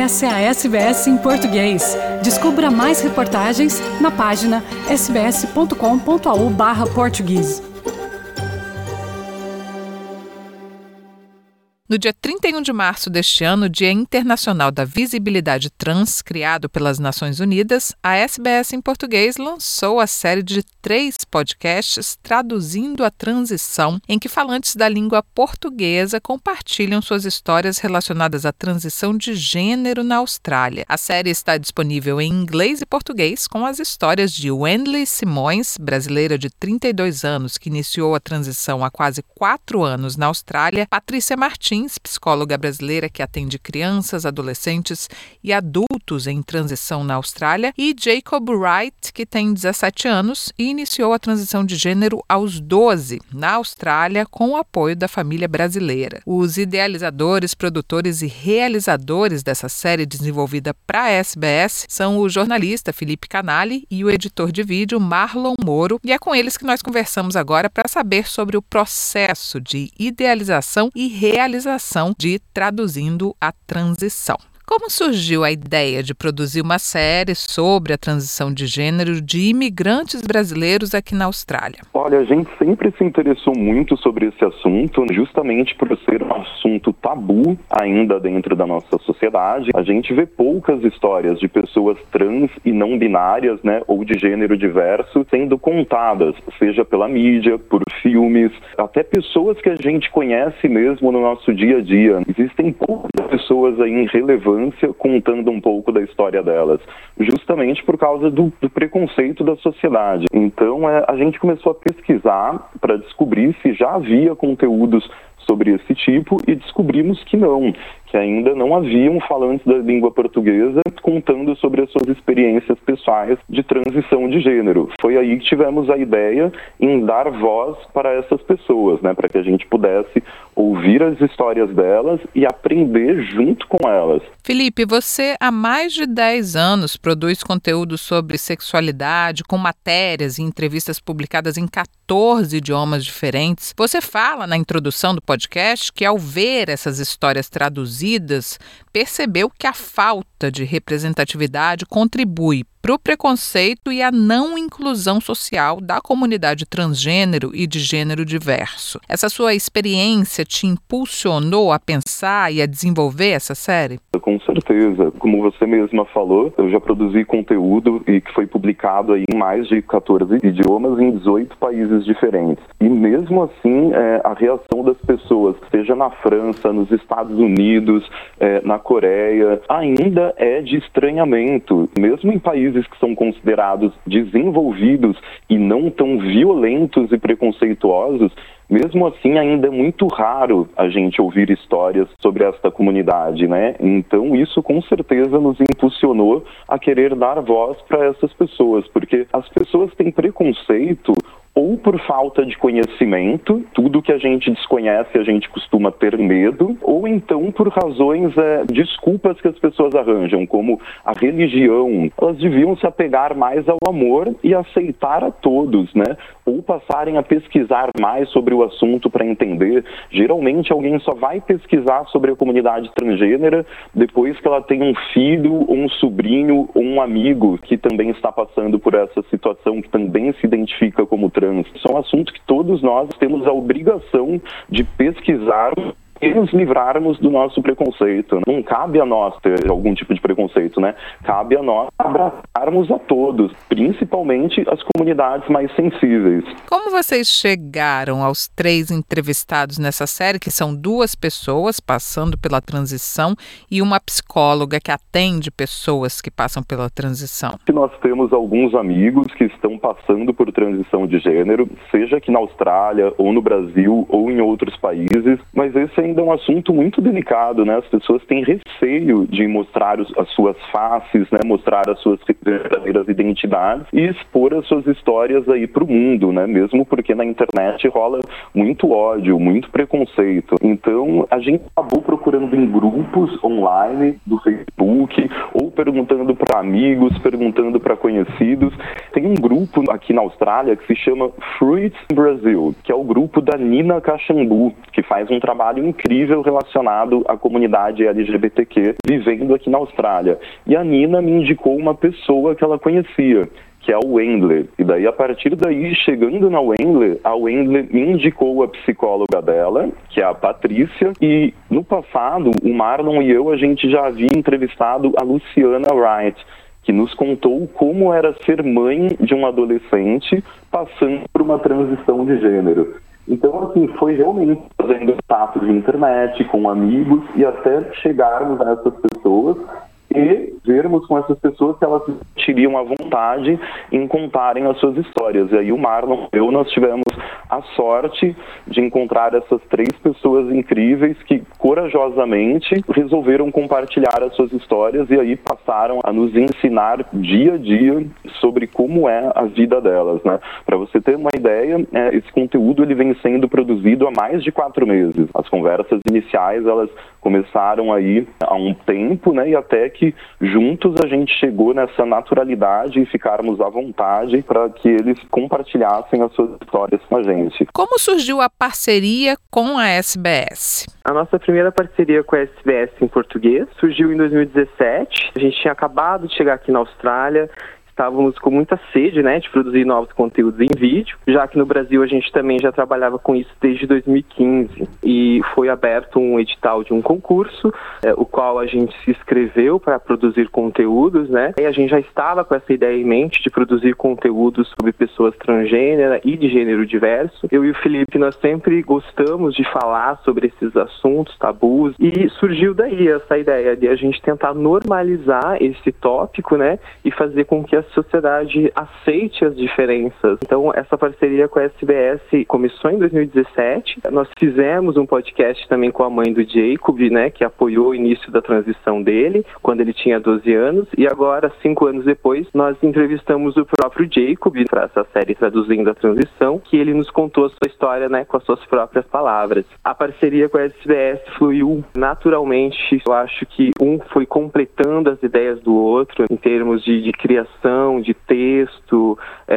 Essa é a SBS em português. Descubra mais reportagens na página sbs.com.au/português. No dia 31 de março deste ano, Dia Internacional da Visibilidade Trans, criado pelas Nações Unidas, a SBS em português lançou a série de 3 podcasts traduzindo a transição, em que falantes da língua portuguesa compartilham suas histórias relacionadas à transição de gênero na Austrália. A série está disponível em inglês e português, com as histórias de Wendley Simões, brasileira de 32 anos, que iniciou a transição há quase 4 anos na Austrália, Patrícia Martins, psicóloga brasileira que atende crianças, adolescentes e adultos em transição na Austrália, e Jacob Wright, que tem 17 anos e iniciou a transição de gênero aos 12 na Austrália com o apoio da família brasileira. Os idealizadores, produtores e realizadores dessa série desenvolvida para a SBS são o jornalista Felipe Canali e o editor de vídeo Marlon Moro, e é com eles que nós conversamos agora para saber sobre o processo de idealização e realização de Traduzindo a Transição. Como surgiu a ideia de produzir uma série sobre a transição de gênero de imigrantes brasileiros aqui na Austrália? Olha, a gente sempre se interessou muito sobre esse assunto, justamente por ser um assunto tabu ainda dentro da nossa sociedade. A gente vê poucas histórias de pessoas trans e não binárias, né, ou de gênero diverso, sendo contadas, seja pela mídia, por filmes, até pessoas que a gente conhece mesmo no nosso dia a dia. Existem poucas pessoas aí em relevância contando um pouco da história delas, justamente por causa do preconceito da sociedade. Então, a gente começou a pesquisar para descobrir se já havia conteúdos sobre esse tipo e descobrimos que não, que ainda não haviam falantes da língua portuguesa contando sobre as suas experiências pessoais de transição de gênero. Foi aí que tivemos a ideia em dar voz para essas pessoas, né, para que a gente pudesse ouvir as histórias delas e aprender junto com elas. Felipe, você há mais de 10 anos produz conteúdo sobre sexualidade, com matérias e entrevistas publicadas em 14 idiomas diferentes. Você fala na introdução do podcast que, ao ver essas histórias traduzidas, percebeu que a falta de representatividade contribui para o preconceito e a não inclusão social da comunidade transgênero e de gênero diverso. Essa sua experiência te impulsionou a pensar e a desenvolver essa série? Com certeza. Como você mesma falou, eu já produzi conteúdo e que foi publicado aí em mais de 14 idiomas em 18 países diferentes. E mesmo assim, a reação das pessoas, seja na França, nos Estados Unidos, na Coreia, ainda é de estranhamento. Mesmo em países que são considerados desenvolvidos e não tão violentos e preconceituosos, mesmo assim ainda é muito raro a gente ouvir histórias sobre esta comunidade, né? Então isso com certeza nos impulsionou a querer dar voz para essas pessoas, porque as pessoas têm preconceito ou por falta de conhecimento, tudo que a gente desconhece a gente costuma ter medo, ou então por razões, desculpas que as pessoas arranjam, como a religião. Elas deviam se apegar mais ao amor e aceitar a todos, né? Ou passarem a pesquisar mais sobre o assunto para entender. Geralmente alguém só vai pesquisar sobre a comunidade transgênera depois que ela tem um filho, ou um sobrinho, ou um amigo que também está passando por essa situação, que também se identifica como trans. Isso é um assunto que todos nós temos a obrigação de pesquisar e nos livrarmos do nosso preconceito. Não cabe a nós ter algum tipo de preconceito, né? Cabe a nós abraçarmos a todos, principalmente as comunidades mais sensíveis. Como vocês chegaram aos 3 entrevistados nessa série, que são 2 pessoas passando pela transição e uma psicóloga que atende pessoas que passam pela transição? Nós temos alguns amigos que estão passando por transição de gênero, seja aqui na Austrália, ou no Brasil, ou em outros países, mas esse ainda é um assunto muito delicado, né? As pessoas têm receio de mostrar as suas faces, né? Mostrar as suas verdadeiras identidades e expor as suas histórias aí para o mundo, né? Mesmo porque na internet rola muito ódio, muito preconceito. Então, a gente acabou procurando em grupos online do Facebook ou perguntando para amigos, perguntando para conhecidos. Tem um grupo aqui na Austrália que se chama Fruits Brasil, que é o grupo da Nina Caxambu, que faz um trabalho incrível incrível relacionado à comunidade LGBTQ vivendo aqui na Austrália. E a Nina me indicou uma pessoa que ela conhecia, que é a Wendler. E daí, a partir daí, chegando na Wendler, a Wendler me indicou a psicóloga dela, que é a Patrícia, e no passado, o Marlon e eu, a gente já havia entrevistado a Luciana Wright, que nos contou como era ser mãe de um adolescente passando por uma transição de gênero. Então, assim, foi realmente fazendo contato de internet, com amigos, e até chegarmos a essas pessoas e vermos com essas pessoas que elas sentiriam à vontade em contarem as suas histórias. E aí o Marlon e eu, nós tivemos a sorte de encontrar essas 3 pessoas incríveis que corajosamente resolveram compartilhar as suas histórias e aí passaram a nos ensinar dia a dia sobre como é a vida delas, né? Para você ter uma ideia, esse conteúdo ele vem sendo produzido há mais de 4 meses. As conversas iniciais, elas começaram aí há um tempo, né? E até que juntos a gente chegou nessa naturalidade e ficarmos à vontade para que eles compartilhassem as suas histórias com a gente. Como surgiu a parceria com a SBS? A nossa primeira parceria com a SBS em português surgiu em 2017. A gente tinha acabado de chegar aqui na Austrália. Estávamos com muita sede, né, de produzir novos conteúdos em vídeo, já que no Brasil a gente também já trabalhava com isso desde 2015. E foi aberto um edital de um concurso, o qual a gente se inscreveu para produzir conteúdos, né, e a gente já estava com essa ideia em mente de produzir conteúdos sobre pessoas transgênero e de gênero diverso. Eu e o Felipe, nós sempre gostamos de falar sobre esses assuntos, tabus, e surgiu daí essa ideia de a gente tentar normalizar esse tópico, né, e fazer com que a sociedade aceite as diferenças. Então, essa parceria com a SBS começou em 2017. Nós fizemos um podcast também com a mãe do Jacob, né, que apoiou o início da transição dele, quando ele tinha 12 anos. E agora, 5 anos depois, nós entrevistamos o próprio Jacob para essa série Traduzindo a Transição, que ele nos contou a sua história, né, com as suas próprias palavras. A parceria com a SBS fluiu naturalmente. Eu acho que um foi completando as ideias do outro em termos de criação, de texto,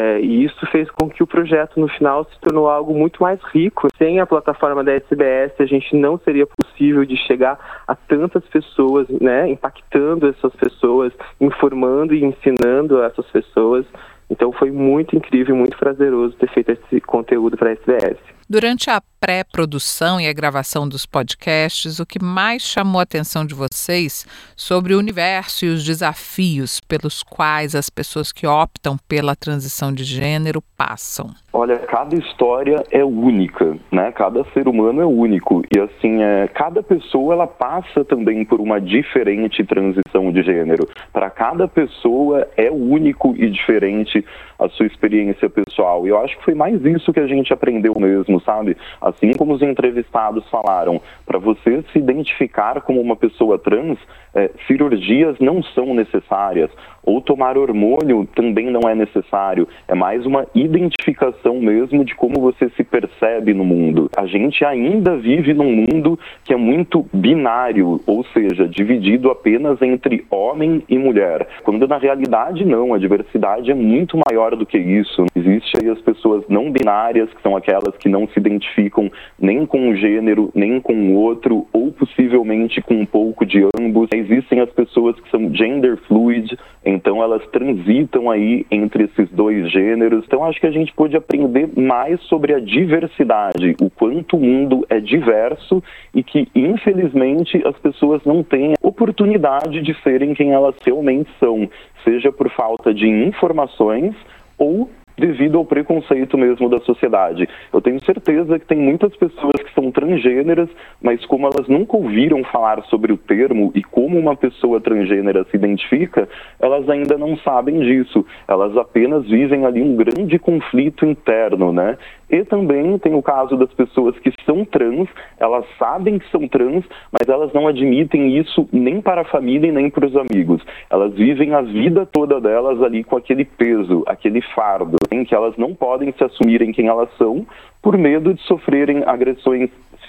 e isso fez com que o projeto no final se tornou algo muito mais rico. Sem a plataforma da SBS, a gente não seria possível de chegar a tantas pessoas, né, impactando essas pessoas, informando e ensinando essas pessoas. Então foi muito incrível, muito prazeroso ter feito esse conteúdo para a SBS. Durante a pré-produção e a gravação dos podcasts, o que mais chamou a atenção de vocês sobre o universo e os desafios pelos quais as pessoas que optam pela transição de gênero passam? Olha, cada história é única, né? Cada ser humano é único e assim, cada pessoa ela passa também por uma diferente transição de gênero. Para cada pessoa é único e diferente a sua experiência pessoal. E eu acho que foi mais isso que a gente aprendeu mesmo, sabe? Assim como os entrevistados falaram, para você se identificar como uma pessoa trans, cirurgias não são necessárias, ou tomar hormônio também não é necessário. É mais uma identificação mesmo de como você se percebe no mundo. A gente ainda vive num mundo que é muito binário, ou seja, dividido apenas entre homem e mulher. Quando na realidade não, a diversidade é muito maior do que isso. Existem aí as pessoas não binárias, que são aquelas que não se identificam nem com um gênero, nem com o outro, ou possivelmente com um pouco de ambos. Existem as pessoas que são gender fluid, então elas transitam aí entre esses 2 gêneros. Então acho que a gente pode aprender mais sobre a diversidade, o quanto o mundo é diverso e que infelizmente as pessoas não têm oportunidade de serem quem elas realmente são, seja por falta de informações ou devido ao preconceito mesmo da sociedade. Eu tenho certeza que tem muitas pessoas que são transgêneras, mas como elas nunca ouviram falar sobre o termo e como uma pessoa transgênera se identifica, elas ainda não sabem disso. Elas apenas vivem ali um grande conflito interno, né? E também tem o caso das pessoas que são trans, elas sabem que são trans, mas elas não admitem isso nem para a família e nem para os amigos. Elas vivem a vida toda delas ali com aquele peso, aquele fardo, em que elas não podem se assumirem quem elas são por medo de sofrerem agressões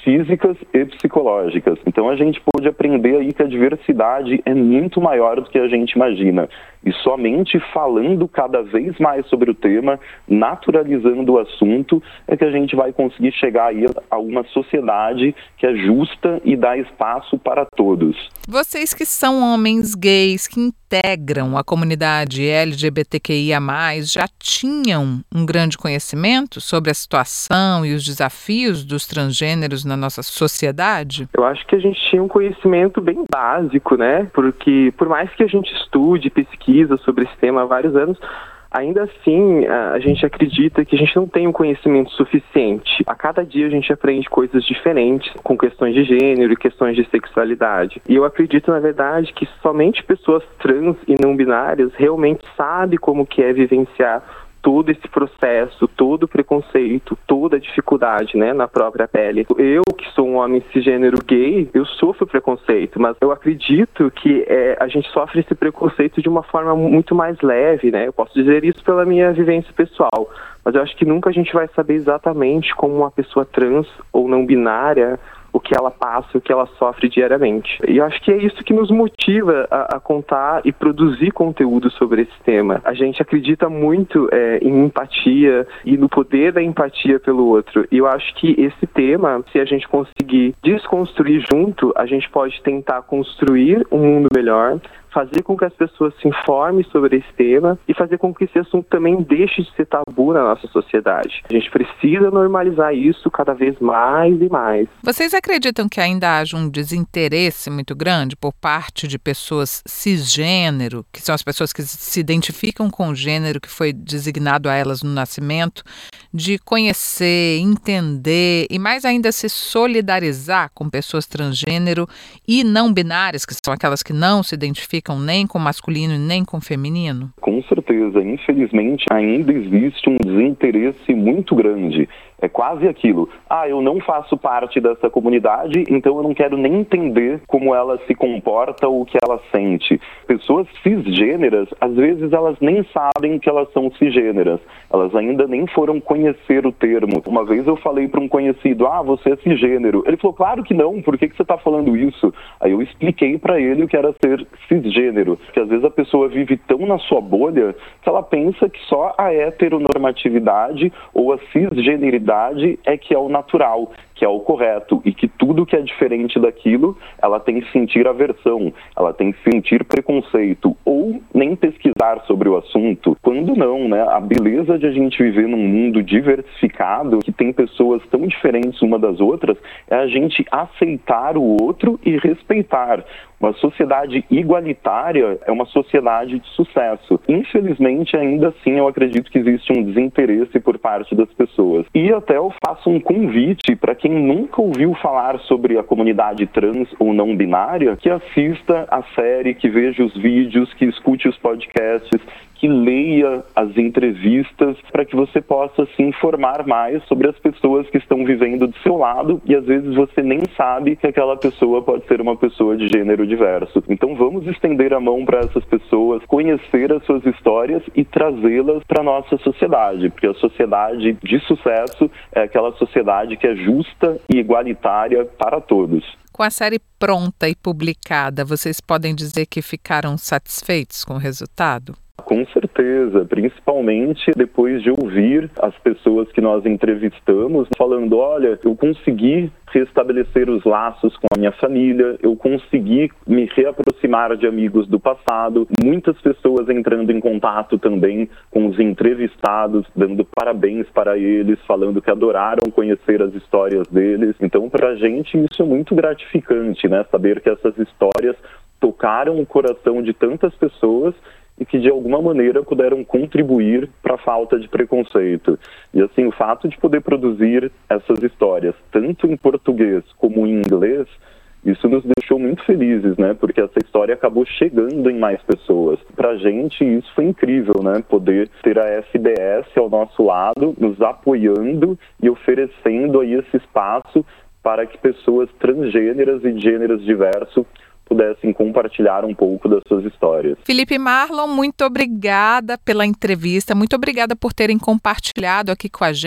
físicas e psicológicas. Então a gente pôde aprender aí que a diversidade é muito maior do que a gente imagina. E somente falando cada vez mais sobre o tema, naturalizando o assunto, é que a gente vai conseguir chegar aí a uma sociedade que é justa e dá espaço para todos. Vocês que são homens gays, que integram a comunidade LGBTQIA+, já tinham um grande conhecimento sobre a situação e os desafios dos transgêneros na nossa sociedade? Eu acho que a gente tinha um conhecimento bem básico, né? Porque por mais que a gente estude, pesquise sobre esse tema há vários anos, ainda assim a gente acredita que a gente não tem um conhecimento suficiente. A cada dia a gente aprende coisas diferentes com questões de gênero e questões de sexualidade. E eu acredito, na verdade, que somente pessoas trans e não binárias realmente sabem como que é vivenciar todo esse processo, todo o preconceito, toda a dificuldade, né, na própria pele. Eu, que sou um homem cisgênero gay, eu sofro preconceito, mas eu acredito que a gente sofre esse preconceito de uma forma muito mais leve, né? Eu posso dizer isso pela minha vivência pessoal, mas eu acho que nunca a gente vai saber exatamente como uma pessoa trans ou não binária, o que ela passa, o que ela sofre diariamente. E eu acho que é isso que nos motiva a contar e produzir conteúdo sobre esse tema. A gente acredita muito em empatia e no poder da empatia pelo outro. E eu acho que esse tema, se a gente conseguir desconstruir junto, a gente pode tentar construir um mundo melhor, fazer com que as pessoas se informem sobre esse tema e fazer com que esse assunto também deixe de ser tabu na nossa sociedade. A gente precisa normalizar isso cada vez mais e mais. Vocês acreditam que ainda haja um desinteresse muito grande por parte de pessoas cisgênero, que são as pessoas que se identificam com o gênero que foi designado a elas no nascimento, de conhecer, entender e mais ainda se solidarizar com pessoas transgênero e não binárias, que são aquelas que não se identificam nem com masculino nem com feminino? Com certeza, infelizmente ainda existe um desinteresse muito grande. É quase aquilo, eu não faço parte dessa comunidade, então eu não quero nem entender como ela se comporta ou o que ela sente. Pessoas cisgêneras, às vezes elas nem sabem que elas são cisgêneras, elas ainda nem foram conhecer o termo. Uma vez eu falei para um conhecido, você é cisgênero. Ele falou, claro que não, por que você está falando isso? Aí eu expliquei para ele o que era ser cisgênero, que às vezes a pessoa vive tão na sua bolha que ela pensa que só a heteronormatividade ou a cisgeneridade é que é o natural, que é o correto, e que tudo que é diferente daquilo, ela tem que sentir aversão, ela tem que sentir preconceito, ou nem pesquisar sobre o assunto, quando não, né? A beleza de a gente viver num mundo diversificado, que tem pessoas tão diferentes uma das outras, é a gente aceitar o outro e respeitar. Uma sociedade igualitária é uma sociedade de sucesso. Infelizmente, ainda assim, eu acredito que existe um desinteresse por parte das pessoas. E até eu faço um convite para quem nunca ouviu falar sobre a comunidade trans ou não binária, que assista a série, que veja os vídeos, que escute os podcasts, que leia as entrevistas, para que você possa se informar mais sobre as pessoas que estão vivendo do seu lado e às vezes você nem sabe que aquela pessoa pode ser uma pessoa de gênero diverso. Então vamos estender a mão para essas pessoas, conhecer as suas histórias e trazê-las para a nossa sociedade, porque a sociedade de sucesso é aquela sociedade que é justa e igualitária para todos. Com a série pronta e publicada, vocês podem dizer que ficaram satisfeitos com o resultado? Com certeza, principalmente depois de ouvir as pessoas que nós entrevistamos falando, olha, eu consegui restabelecer os laços com a minha família, eu consegui me reaproximar de amigos do passado, muitas pessoas entrando em contato também com os entrevistados, dando parabéns para eles, falando que adoraram conhecer as histórias deles. Então, para a gente, isso é muito gratificante, né? Saber que essas histórias tocaram o coração de tantas pessoas e que de alguma maneira puderam contribuir para a falta de preconceito. E assim, o fato de poder produzir essas histórias, tanto em português como em inglês, isso nos deixou muito felizes, né? Porque essa história acabou chegando em mais pessoas. Pra gente, isso foi incrível, né? Poder ter a SBS ao nosso lado, nos apoiando e oferecendo aí esse espaço para que pessoas transgêneras e de gêneros diversos pudessem compartilhar um pouco das suas histórias. Felipe e Marlon, muito obrigada pela entrevista, muito obrigada por terem compartilhado aqui com a gente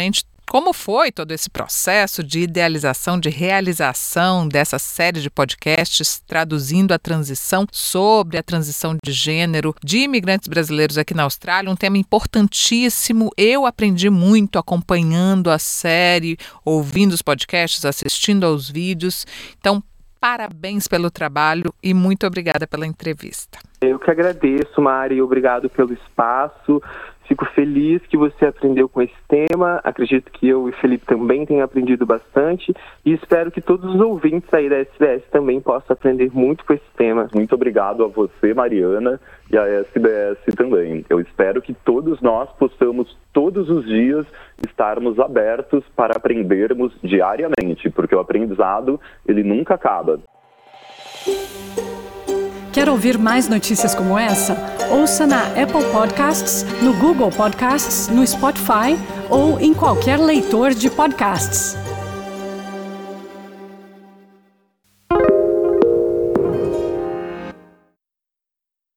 como foi todo esse processo de idealização, de realização dessa série de podcasts traduzindo a transição, sobre a transição de gênero de imigrantes brasileiros aqui na Austrália, um tema importantíssimo. Eu aprendi muito acompanhando a série, ouvindo os podcasts, assistindo aos vídeos. Então, parabéns pelo trabalho e muito obrigada pela entrevista. Eu que agradeço, Mari, obrigado pelo espaço. Fico feliz que você aprendeu com esse tema. Acredito que eu e Felipe também tenham aprendido bastante e espero que todos os ouvintes aí da SBS também possam aprender muito com esse tema. Muito obrigado a você, Mariana, e a SBS também. Eu espero que todos nós possamos todos os dias estarmos abertos para aprendermos diariamente, porque o aprendizado, ele nunca acaba. Quer ouvir mais notícias como essa? Ouça na Apple Podcasts, no Google Podcasts, no Spotify ou em qualquer leitor de podcasts.